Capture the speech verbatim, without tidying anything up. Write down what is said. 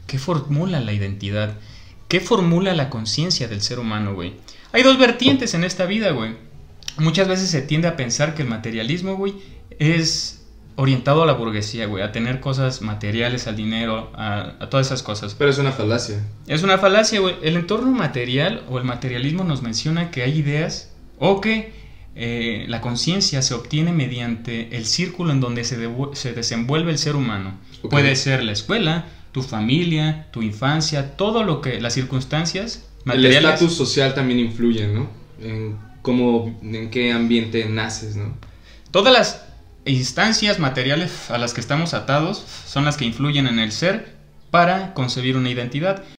¿qué formula la identidad? ¿Qué formula la conciencia del ser humano, güey? Hay dos vertientes en esta vida, güey. Muchas veces se tiende a pensar que el materialismo, güey, es orientado a la burguesía, güey, a tener cosas materiales, al dinero, a, a todas esas cosas. Pero es una falacia. Es una falacia, güey. El entorno material o el materialismo nos menciona que hay ideas o que eh, la conciencia se obtiene mediante el círculo en donde se, se desenvuelve el ser humano. Okay. Puede ser la escuela, tu familia, tu infancia, todo lo que, las circunstancias materiales. El estatus social también influye, ¿no? En cómo, en qué ambiente naces, ¿no? Todas las instancias materiales a las que estamos atados son las que influyen en el ser para concebir una identidad.